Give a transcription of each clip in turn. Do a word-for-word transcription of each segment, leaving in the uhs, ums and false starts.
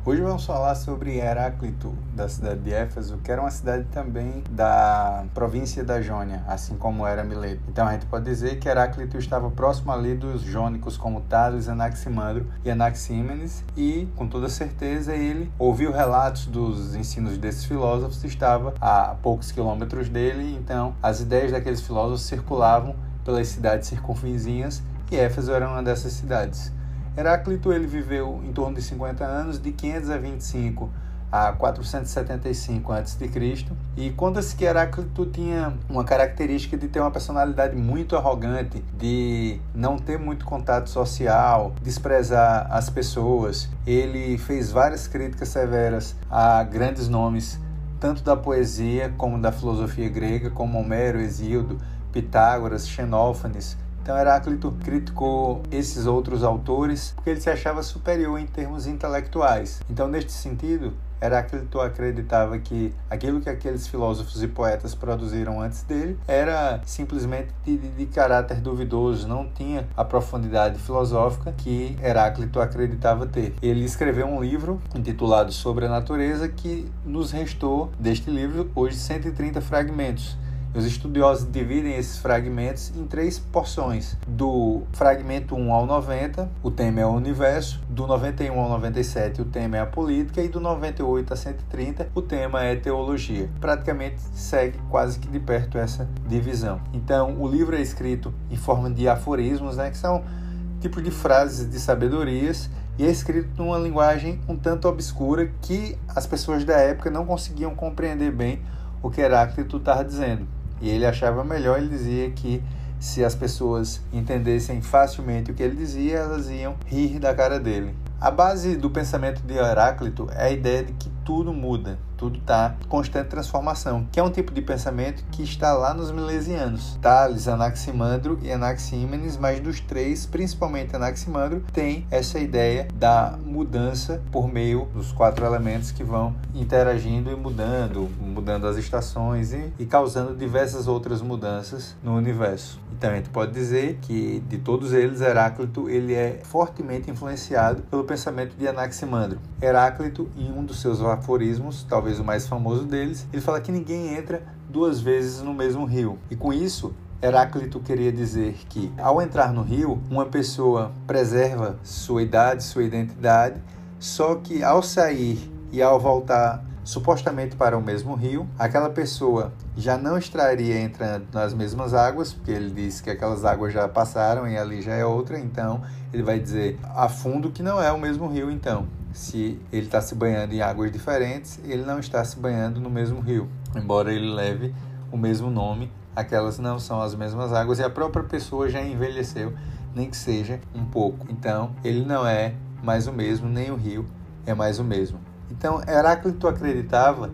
Hoje vamos falar sobre Heráclito, da cidade de Éfeso, que era uma cidade também da província da Jônia, assim como era Mileto. Então a gente pode dizer que Heráclito estava próximo ali dos jônicos como Tales, Anaximandro e Anaxímenes, e com toda certeza ele ouviu relatos dos ensinos desses filósofos e estava a poucos quilômetros dele, então as ideias daqueles filósofos circulavam pelas cidades circunvizinhas e Éfeso era uma dessas cidades. Heráclito ele viveu em torno de cinquenta anos, de quinhentos e vinte e cinco a quatrocentos e setenta e cinco antes de Cristo, e conta-se que Heráclito tinha uma característica de ter uma personalidade muito arrogante, de não ter muito contato social, desprezar as pessoas. Ele fez várias críticas severas a grandes nomes, tanto da poesia como da filosofia grega, como Homero, Hesíodo, Pitágoras, Xenófanes. Então Heráclito criticou esses outros autores porque ele se achava superior em termos intelectuais. Então, neste sentido, Heráclito acreditava que aquilo que aqueles filósofos e poetas produziram antes dele era simplesmente de, de caráter duvidoso, não tinha a profundidade filosófica que Heráclito acreditava ter. Ele escreveu um livro intitulado Sobre a Natureza, que nos restou deste livro hoje cento e trinta fragmentos. Os estudiosos dividem esses fragmentos em três porções. Do fragmento um ao noventa, o tema é o universo. Do noventa e um ao noventa e sete, o tema é a política. E do noventa e oito a cento e trinta, o tema é teologia. Praticamente segue quase que de perto essa divisão. Então, o livro é escrito em forma de aforismos, né, que são tipos de frases de sabedorias, e é escrito numa linguagem um tanto obscura que as pessoas da época não conseguiam compreender bem o que Heráclito estava dizendo. E ele achava melhor, ele dizia que se as pessoas entendessem facilmente o que ele dizia, elas iam rir da cara dele. A base do pensamento de Heráclito é a ideia de que tudo muda, tudo está em constante transformação, que é um tipo de pensamento que está lá nos milesianos. Tales, Anaximandro e Anaxímenes, mas dos três, principalmente Anaximandro, tem essa ideia da mudança por meio dos quatro elementos que vão interagindo e mudando, mudando as estações e, e causando diversas outras mudanças no universo. Então a gente pode dizer que de todos eles, Heráclito ele é fortemente influenciado pelo pensamento de Anaximandro. Heráclito, em um dos seus aforismos, talvez o mais famoso deles, ele fala que ninguém entra duas vezes no mesmo rio. E com isso, Heráclito queria dizer que, ao entrar no rio, uma pessoa preserva sua idade, sua identidade, só que ao sair e ao voltar supostamente para o mesmo rio, aquela pessoa já não estaria entrando nas mesmas águas, porque ele disse que aquelas águas já passaram e ali já é outra, então ele vai dizer a fundo que não é o mesmo rio. Então, se ele está se banhando em águas diferentes, ele não está se banhando no mesmo rio, embora ele leve o mesmo nome, aquelas não são as mesmas águas e a própria pessoa já envelheceu, nem que seja um pouco. Então, ele não é mais o mesmo, nem o rio é mais o mesmo. Então, Heráclito acreditava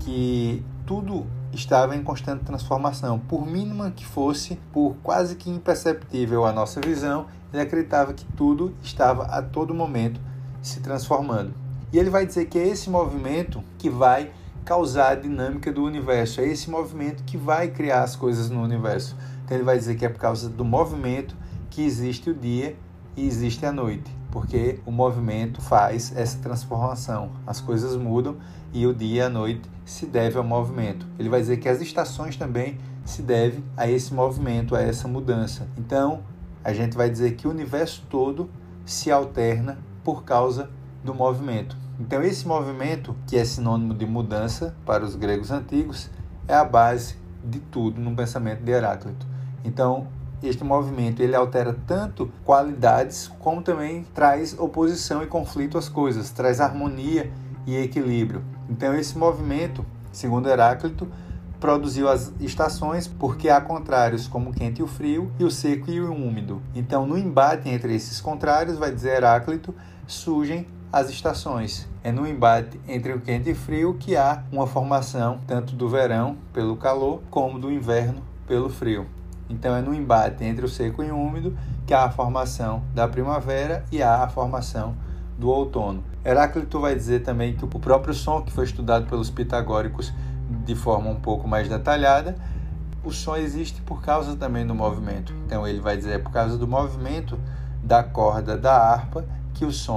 que tudo estava em constante transformação. Por mínima que fosse, por quase que imperceptível à nossa visão, ele acreditava que tudo estava a todo momento se transformando. E ele vai dizer que é esse movimento que vai causar a dinâmica do universo, é esse movimento que vai criar as coisas no universo. Então ele vai dizer que é por causa do movimento que existe o dia e existe a noite, porque o movimento faz essa transformação. As coisas mudam e o dia e a noite se deve ao movimento. Ele vai dizer que as estações também se devem a esse movimento, a essa mudança. Então, a gente vai dizer que o universo todo se alterna por causa do movimento. Então, esse movimento, que é sinônimo de mudança para os gregos antigos, é a base de tudo no pensamento de Heráclito. Então, este movimento ele altera tanto qualidades como também traz oposição e conflito às coisas, traz harmonia e equilíbrio. Então esse movimento, segundo Heráclito, produziu as estações porque há contrários como o quente e o frio e o seco e o úmido. Então no embate entre esses contrários, vai dizer Heráclito, surgem as estações. É no embate entre o quente e o frio que há uma formação tanto do verão pelo calor como do inverno pelo frio. Então é no embate entre o seco e o úmido que há a formação da primavera e há a formação do outono. Heráclito vai dizer também que o próprio som, que foi estudado pelos pitagóricos de forma um pouco mais detalhada, o som existe por causa também do movimento. Então ele vai dizer é por causa do movimento da corda da harpa que o som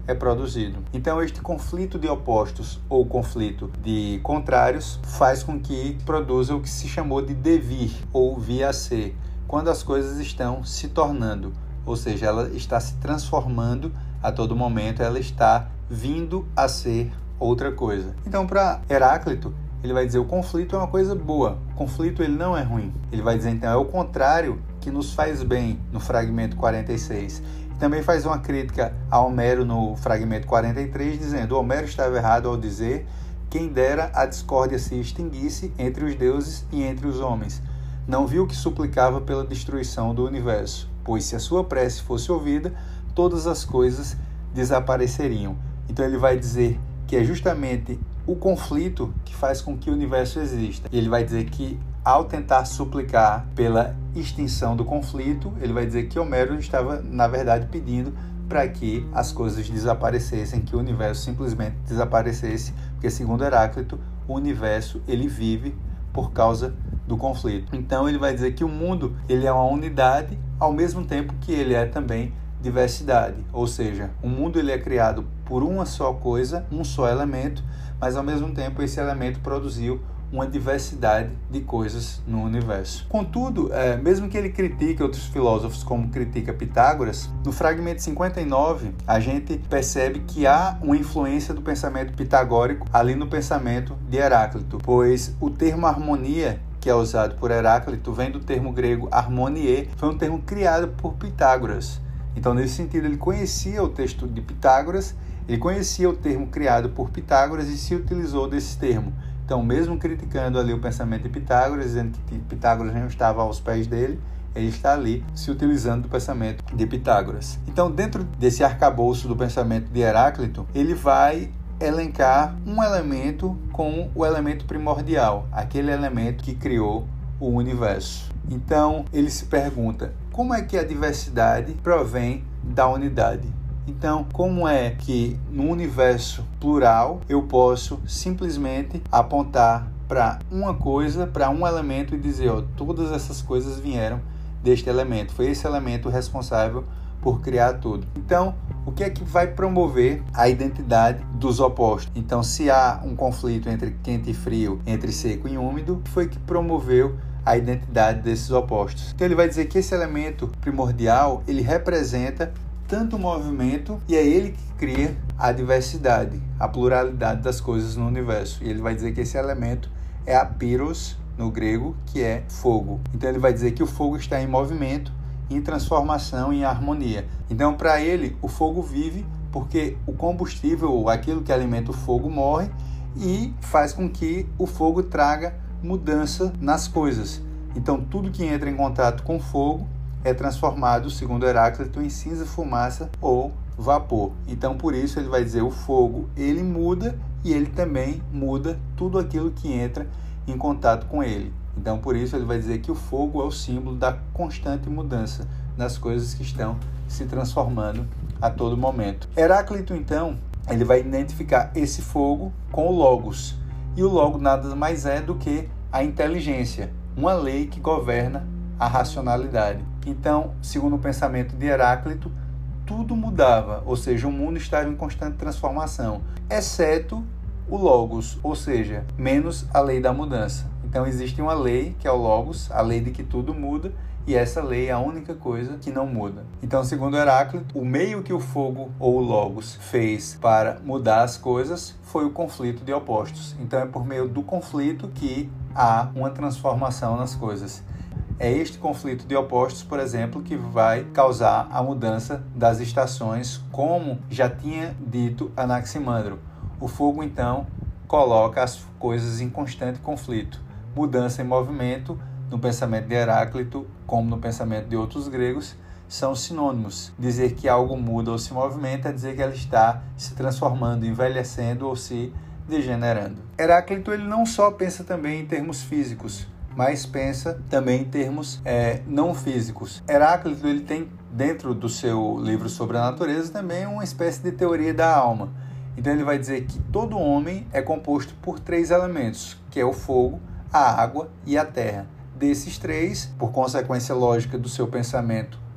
é produzido. Então, este conflito de opostos ou conflito de contrários faz com que produza o que se chamou de devir ou vir a ser, quando as coisas estão se tornando, ou seja, ela está se transformando a todo momento, ela está vindo a ser outra coisa. Então, para Heráclito, ele vai dizer: o conflito é uma coisa boa, o conflito ele não é ruim. Ele vai dizer, então, é o contrário que nos faz bem, no fragmento quarenta e seis. Também faz uma crítica a Homero no fragmento quarenta e três, dizendo: Homero estava errado ao dizer: quem dera a discórdia se extinguisse entre os deuses e entre os homens. Não viu que suplicava pela destruição do universo, pois se a sua prece fosse ouvida, todas as coisas desapareceriam. Então ele vai dizer que é justamente o conflito que faz com que o universo exista. E ele vai dizer que, ao tentar suplicar pela extinção do conflito, ele vai dizer que Homero estava, na verdade, pedindo para que as coisas desaparecessem, que o universo simplesmente desaparecesse, porque, segundo Heráclito, o universo ele vive por causa do conflito. Então ele vai dizer que o mundo ele é uma unidade, ao mesmo tempo que ele é também diversidade, ou seja, o mundo ele é criado por uma só coisa, um só elemento, mas ao mesmo tempo esse elemento produziu uma diversidade de coisas no universo. Contudo, é, mesmo que ele critique outros filósofos, como critica Pitágoras, no fragmento cinquenta e nove a gente percebe que há uma influência do pensamento pitagórico ali no pensamento de Heráclito, pois o termo harmonia, que é usado por Heráclito, vem do termo grego harmonie, foi um termo criado por Pitágoras. Então, nesse sentido, ele conhecia o texto de Pitágoras, ele conhecia o termo criado por Pitágoras e se utilizou desse termo. Então, mesmo criticando ali o pensamento de Pitágoras, dizendo que Pitágoras não estava aos pés dele, ele está ali se utilizando do pensamento de Pitágoras. Então, dentro desse arcabouço do pensamento de Heráclito, ele vai elencar um elemento como o elemento primordial, aquele elemento que criou o universo. Então, ele se pergunta: como é que a diversidade provém da unidade? Então, como é que no universo plural eu posso simplesmente apontar para uma coisa, para um elemento e dizer, ó, todas essas coisas vieram deste elemento, foi esse elemento responsável por criar tudo. Então, o que é que vai promover a identidade dos opostos? Então, se há um conflito entre quente e frio, entre seco e úmido, o que foi que promoveu a identidade desses opostos? Então, ele vai dizer que esse elemento primordial, ele representa tanto o movimento, e é ele que cria a diversidade, a pluralidade das coisas no universo. E ele vai dizer que esse elemento é a pyrrhos, no grego, que é fogo. Então ele vai dizer que o fogo está em movimento, em transformação, em harmonia. Então, para ele, o fogo vive porque o combustível, aquilo que alimenta o fogo, morre e faz com que o fogo traga mudança nas coisas. Então, tudo que entra em contato com fogo é transformado, segundo Heráclito, em cinza, fumaça ou vapor. Então, por isso, ele vai dizer o fogo, ele muda e ele também muda tudo aquilo que entra em contato com ele. Então, por isso, ele vai dizer que o fogo é o símbolo da constante mudança das coisas que estão se transformando a todo momento. Heráclito, então, ele vai identificar esse fogo com o Logos. E o Logos nada mais é do que a inteligência, uma lei que governa a racionalidade. Então, segundo o pensamento de Heráclito, tudo mudava, ou seja, o mundo estava em constante transformação, exceto o Logos, ou seja, menos a lei da mudança. Então, existe uma lei, que é o Logos, a lei de que tudo muda, e essa lei é a única coisa que não muda. Então, segundo Heráclito, o meio que o fogo ou o Logos fez para mudar as coisas foi o conflito de opostos. Então, é por meio do conflito que há uma transformação nas coisas. É este conflito de opostos, por exemplo, que vai causar a mudança das estações, como já tinha dito Anaximandro. O fogo, então, coloca as coisas em constante conflito. Mudança e movimento, no pensamento de Heráclito, como no pensamento de outros gregos, são sinônimos. Dizer que algo muda ou se movimenta é dizer que ela está se transformando, envelhecendo ou se degenerando. Heráclito ele não só pensa também em termos físicos, mas pensa também em termos é, não físicos. Heráclito ele tem, dentro do seu livro sobre a natureza, também uma espécie de teoria da alma. Então ele vai dizer que todo homem é composto por três elementos, que é o fogo, a água e a terra. Desses três, por consequência lógica do seu pensamento,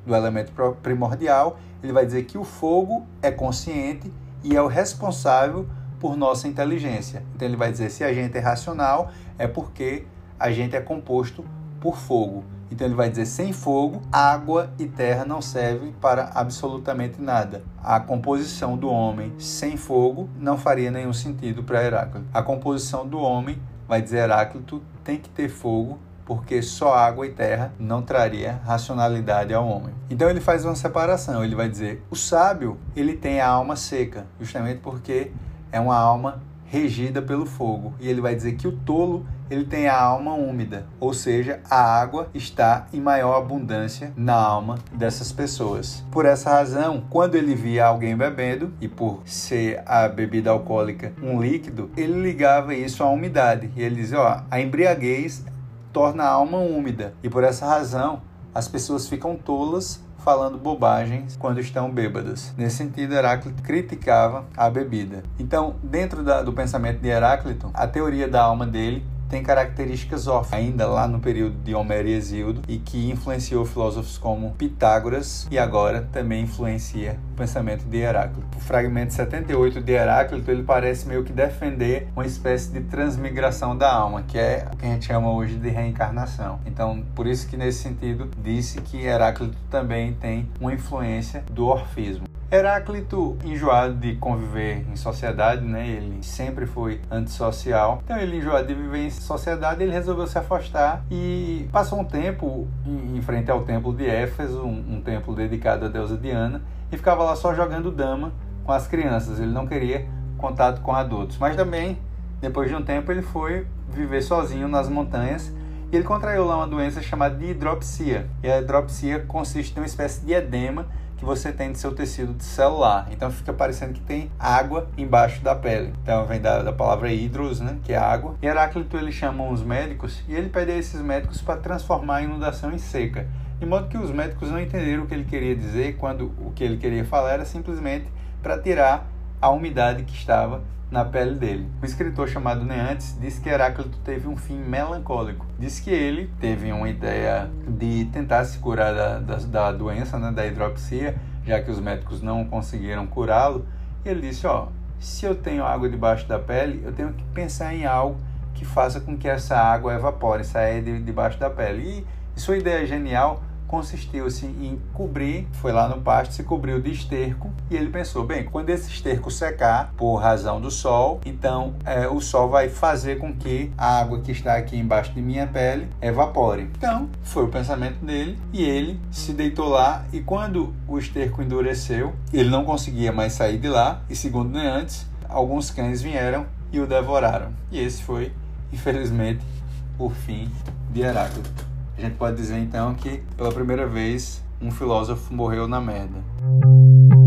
do elemento primordial, ele vai dizer que o fogo é consciente e é o responsável por nossa inteligência. Então ele vai dizer, se a gente é racional, é porque a gente é composto por fogo. Então ele vai dizer, sem fogo, água e terra não servem para absolutamente nada. A composição do homem sem fogo não faria nenhum sentido para Heráclito. A composição do homem, vai dizer Heráclito, tem que ter fogo, porque só água e terra não traria racionalidade ao homem. Então ele faz uma separação, ele vai dizer, o sábio, ele tem a alma seca, justamente porque é uma alma regida pelo fogo. E ele vai dizer que o tolo, ele tem a alma úmida, ou seja, a água está em maior abundância na alma dessas pessoas. Por essa razão, quando ele via alguém bebendo, e por ser a bebida alcoólica um líquido, ele ligava isso à umidade. E ele dizia, ó, a embriaguez torna a alma úmida. E por essa razão, as pessoas ficam tolas falando bobagens quando estão bêbadas. Nesse sentido, Heráclito criticava a bebida. Então, dentro da, do pensamento de Heráclito, a teoria da alma dele tem características órfãs, ainda lá no período de Homero e Hesíodo, e que influenciou filósofos como Pitágoras e agora também influencia o pensamento de Heráclito. O fragmento setenta e oito de Heráclito, ele parece meio que defender uma espécie de transmigração da alma, que é o que a gente chama hoje de reencarnação. Então, por isso que nesse sentido disse que Heráclito também tem uma influência do orfismo. Heráclito, enjoado de conviver em sociedade, né? Ele sempre foi antissocial. Então, ele enjoado de viver em sociedade, ele resolveu se afastar e passou um tempo em, em frente ao templo de Éfeso, um, um templo dedicado à deusa Diana, e ficava lá só jogando dama com as crianças. Ele não queria contato com adultos. Mas também, depois de um tempo, ele foi viver sozinho nas montanhas e ele contraiu lá uma doença chamada de hidropsia. E a hidropsia consiste em uma espécie de edema que você tem de seu tecido celular. Então fica parecendo que tem água embaixo da pele. Então vem da, da palavra hidros, né, que é água. E Heráclito, ele chama os médicos e ele pede a esses médicos para transformar a inundação em seca. De modo que os médicos não entenderam o que ele queria dizer, quando o que ele queria falar era simplesmente para tirar a umidade que estava na pele dele. Um escritor chamado Neantes disse que Heráclito teve um fim melancólico. Disse que ele teve uma ideia de tentar se curar da, da, da doença, né, da hidropsia, já que os médicos não conseguiram curá-lo. E ele disse, ó, se eu tenho água debaixo da pele, eu tenho que pensar em algo que faça com que essa água evapore, saia de, debaixo da pele. E sua ideia genial consistiu-se em cobrir, foi lá no pasto, se cobriu de esterco, e ele pensou, bem, quando esse esterco secar, por razão do sol, então é, o sol vai fazer com que a água que está aqui embaixo de minha pele evapore. Então, foi o pensamento dele, e ele se deitou lá, e quando o esterco endureceu, ele não conseguia mais sair de lá, e segundo Neantes, alguns cães vieram e o devoraram. E esse foi, infelizmente, o fim de Heráclito. A gente pode dizer, então, que pela primeira vez um filósofo morreu na merda.